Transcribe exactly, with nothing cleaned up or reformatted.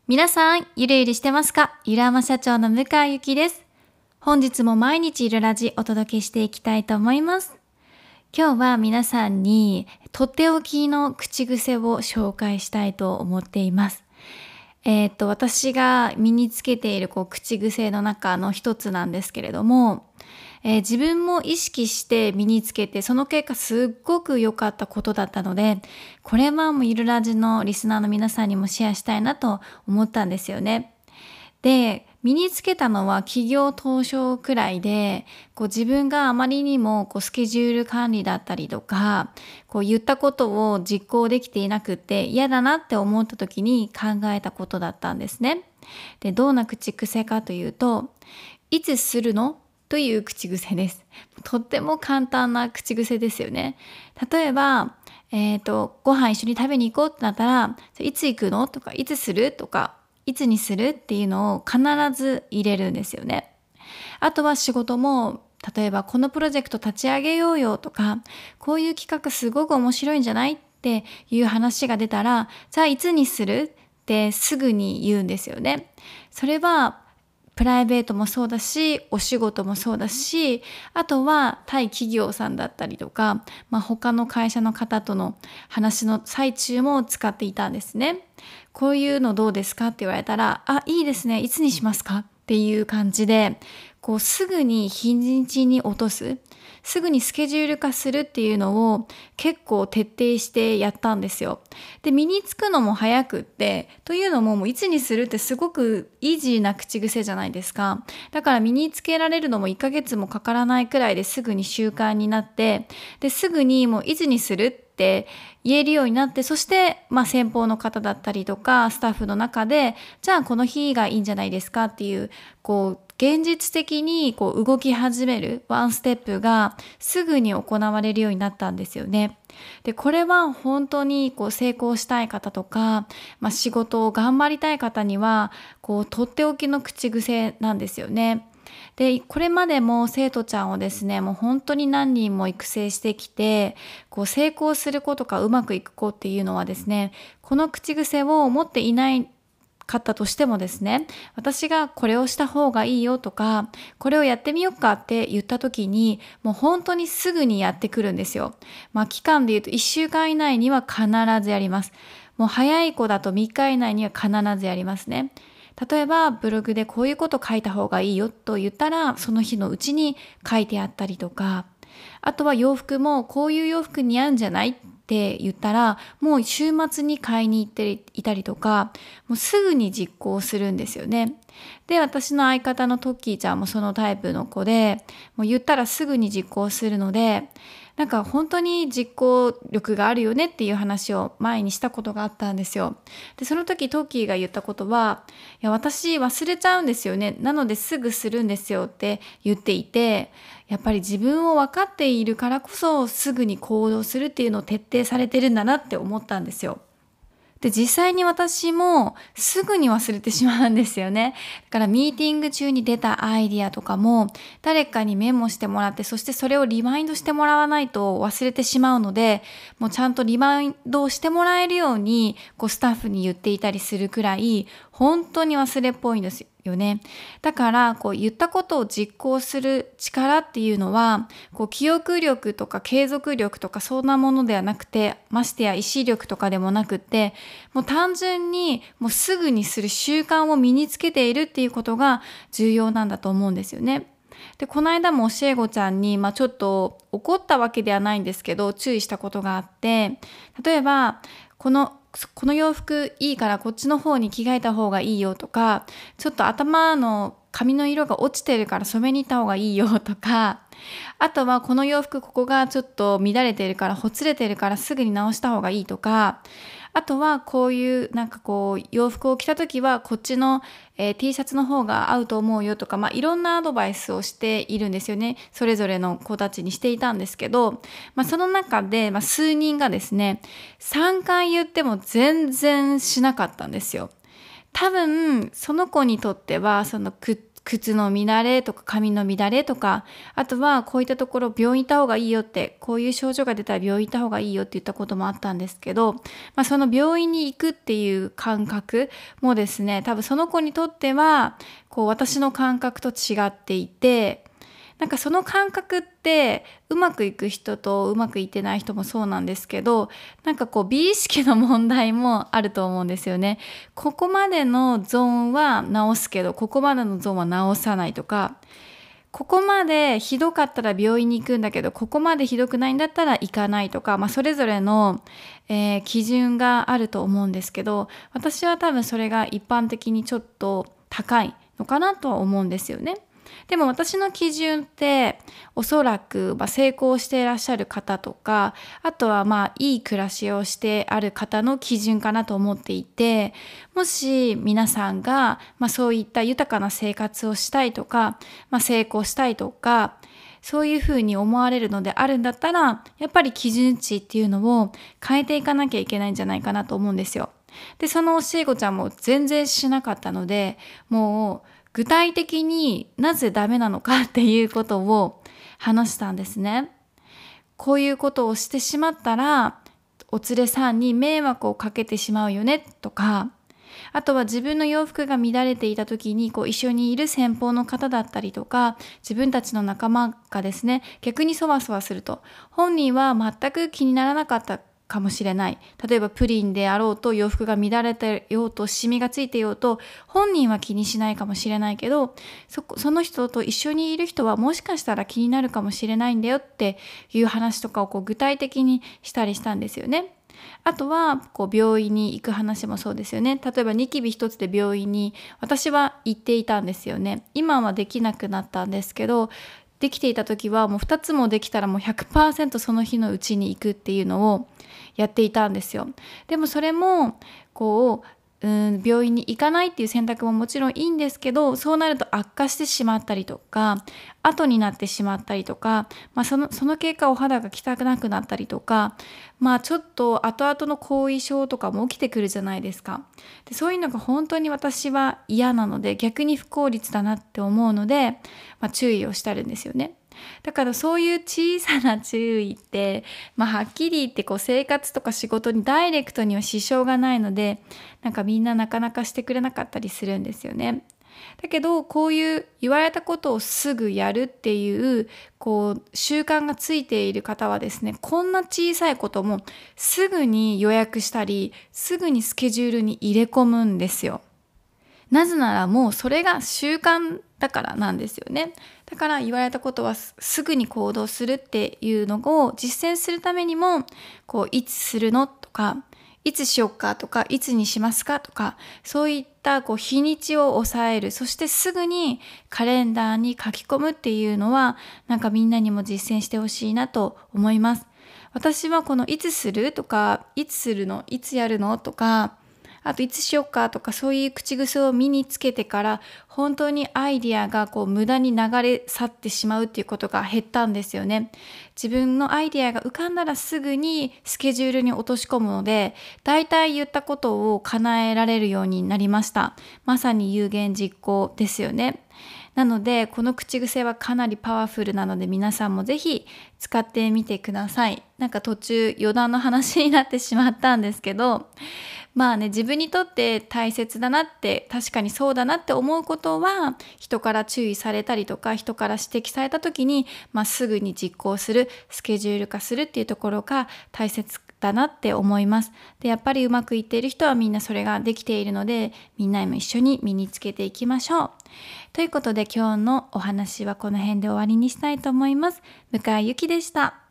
皆さん、ゆるゆるしてますか？ゆるあま社長の向井ゆきです。本日も毎日ゆるラジお届けしていきたいと思います。今日は皆さんにとっておきの口癖を紹介したいと思っています。えー、っと、私が身につけているこう口癖の中の一つなんですけれども、えー、自分も意識して身につけて、その結果すっごく良かったことだったので、これはもうゆるラジのリスナーの皆さんにもシェアしたいなと思ったんですよね。で、身につけたのは企業当初くらいで、こう自分があまりにもこうスケジュール管理だったりとか、こう言ったことを実行できていなくって嫌だなって思った時に考えたことだったんですね。で、どんな口癖かというと、いつするの？という口癖です。とっても簡単な口癖ですよね。例えば、えっと、ご飯一緒に食べに行こうってなったら、いつ行くの？とか、いつする？とか、いつにする？っていうのを必ず入れるんですよね。あとは仕事も、例えばこのプロジェクト立ち上げようよとか、こういう企画すごく面白いんじゃない？っていう話が出たら、じゃあいつにする？ってすぐに言うんですよね。それはプライベートもそうだし、お仕事もそうだし、あとは対企業さんだったりとか、まあ、他の会社の方との話の最中も使っていたんですね。こういうのどうですかって言われたら、あ、いいですね。いつにしますか？っていう感じで、こうすぐに日にちに落とす。すぐにスケジュール化するっていうのを結構徹底してやったんですよ。で、身につくのも早くって、というのももういつにするってすごくイージーな口癖じゃないですか。だから身につけられるのもいっかげつもかからないくらいですぐに習慣になって、で、すぐにもういつにするって言えるようになって、そして、まあ先方の方だったりとか、スタッフの中で、じゃあこの日がいいんじゃないですかっていう、こう、現実的にこう動き始めるワンステップがすぐに行われるようになったんですよね。で、これは本当にこう成功したい方とか、まあ、仕事を頑張りたい方にはこうとっておきの口癖なんですよね。で、これまでも生徒ちゃんをですね、もう本当に何人も育成してきて、こう成功する子とかうまくいく子っていうのはですね、この口癖を持っていないかったとしてもですね、私がこれをした方がいいよとか、これをやってみようかって言った時に、もう本当にすぐにやってくるんですよ。まあ期間で言うといっしゅうかん以内には必ずやります。もう早い子だとみっか以内には必ずやりますね。例えばブログでこういうこと書いた方がいいよと言ったら、その日のうちに書いてあったりとか、あとは洋服もこういう洋服似合うんじゃないって言ったら、もう週末に買いに行っていたりとか、もうすぐに実行するんですよね。で、私の相方のトッキーちゃんもそのタイプの子で、もう言ったらすぐに実行するので、なんか本当に実行力があるよねっていう話を前にしたことがあったんですよ。で、その時トッキーが言ったことは、いや、私忘れちゃうんですよね。なのですぐするんですよって言っていて、やっぱり自分を分かっているからこそすぐに行動するっていうのを徹底されてるんだなって思ったんですよ。で、実際に私もすぐに忘れてしまうんですよね。だからミーティング中に出たアイディアとかも誰かにメモしてもらって、そしてそれをリマインドしてもらわないと忘れてしまうので、もうちゃんとリマインドをしてもらえるようにこうスタッフに言っていたりするくらい本当に忘れっぽいんですよね。だからこう言ったことを実行する力っていうのは、こう記憶力とか継続力とかそんなものではなくて、ましてや意志力とかでもなくって、もう単純にもうすぐにする習慣を身につけているっていうことが重要なんだと思うんですよね。で、この間も教え子ちゃんに、まあちょっと怒ったわけではないんですけど、注意したことがあって、例えば、このこの洋服いいからこっちの方に着替えた方がいいよとか、ちょっと頭の髪の色が落ちてるから染めに行った方がいいよとか、あとはこの洋服ここがちょっと乱れてるからほつれてるからすぐに直した方がいいとか、あとはこういうなんかこう洋服を着た時はこっちの、えー、T シャツの方が合うと思うよとか、まあいろんなアドバイスをしているんですよね。それぞれの子たちにしていたんですけど、まあその中で、まあ、数人がですね、さんかい言っても全然しなかったんですよ。多分その子にとってはそのく靴の乱れとか髪の乱れとか、あとはこういったところ病院行った方がいいよって、こういう症状が出たら病院行った方がいいよって言ったこともあったんですけど、まあ、その病院に行くっていう感覚もですね、多分その子にとってはこう私の感覚と違っていて、なんかその感覚ってうまくいく人とうまくいってない人もそうなんですけど、なんかこう美意識の問題もあると思うんですよね。ここまでのゾーンは直すけど、ここまでのゾーンは直さないとか、ここまでひどかったら病院に行くんだけど、ここまでひどくないんだったら行かないとか、まあ、それぞれの、えー基準があると思うんですけど、私は多分それが一般的にちょっと高いのかなとは思うんですよね。でも私の基準っておそらく、まあ、成功していらっしゃる方とか、あとはまあいい暮らしをしてある方の基準かなと思っていて、もし皆さんが、まあ、そういった豊かな生活をしたいとか、まあ、成功したいとか、そういうふうに思われるのであるんだったら、やっぱり基準値っていうのを変えていかなきゃいけないんじゃないかなと思うんですよ。で、その教え子ちゃんも全然しなかったので、もう具体的になぜダメなのかっていうことを話したんですね。こういうことをしてしまったらお連れさんに迷惑をかけてしまうよねとか、あとは自分の洋服が乱れていた時にこう一緒にいる先方の方だったりとか、自分たちの仲間がですね、逆にそわそわすると、本人は全く気にならなかったかもしれない。例えばプリンであろうと、洋服が乱れてようと、シミがついてようと、本人は気にしないかもしれないけど、そこ、その人と一緒にいる人はもしかしたら気になるかもしれないんだよっていう話とかをこう具体的にしたりしたんですよね。あとはこう病院に行く話もそうですよね。例えばニキビ一つで病院に私は行っていたんですよね。今はできなくなったんですけど、できていた時はもうふたつもできたらもう ひゃくパーセント その日のうちに行くっていうのをやっていたんですよ。でもそれもこううん病院に行かないっていう選択ももちろんいいんですけど、そうなると悪化してしまったりとか、後になってしまったりとか、まあ、そのその結果お肌が汚くなったりとか、まあちょっと後々の後遺症とかも起きてくるじゃないですか。でそういうのが本当に私は嫌なので、逆に不効率だなって思うので、まあ、注意をしてるんですよね。だからそういう小さな注意って、まあ、はっきり言ってこう生活とか仕事にダイレクトには支障がないので、なんかみんななかなかしてくれなかったりするんですよね。だけどこういう言われたことをすぐやるっていうこう習慣がついている方はですね、こんな小さいこともすぐに予約したり、すぐにスケジュールに入れ込むんですよ。なぜならもうそれが習慣だからなんですよね。だから言われたことはすぐに行動するっていうのを実践するためにも、こういつするのとか、いつしよっかとか、いつにしますかとか、そういったこう日にちを抑える、そしてすぐにカレンダーに書き込むっていうのは、なんかみんなにも実践してほしいなと思います。私はこのいつするとか、いつするの、いつやるのとか、あといつしよっかとか、そういう口癖を身につけてから本当にアイディアがこう無駄に流れ去ってしまうっていうことが減ったんですよね。自分のアイディアが浮かんだらすぐにスケジュールに落とし込むので、だいたい言ったことを叶えられるようになりました。まさに有言実行ですよね。なのでこの口癖はかなりパワフルなので、皆さんもぜひ使ってみてください。なんか途中余談の話になってしまったんですけど、まあね、自分にとって大切だなって、確かにそうだなって思うことは、人から注意されたりとか、人から指摘された時に、まあ、すぐに実行する、スケジュール化するっていうところが大切だなって思います。で、やっぱりうまくいっている人はみんなそれができているので、みんなも一緒に身につけていきましょう。ということで今日のお話はこの辺で終わりにしたいと思います。向井ゆきでした。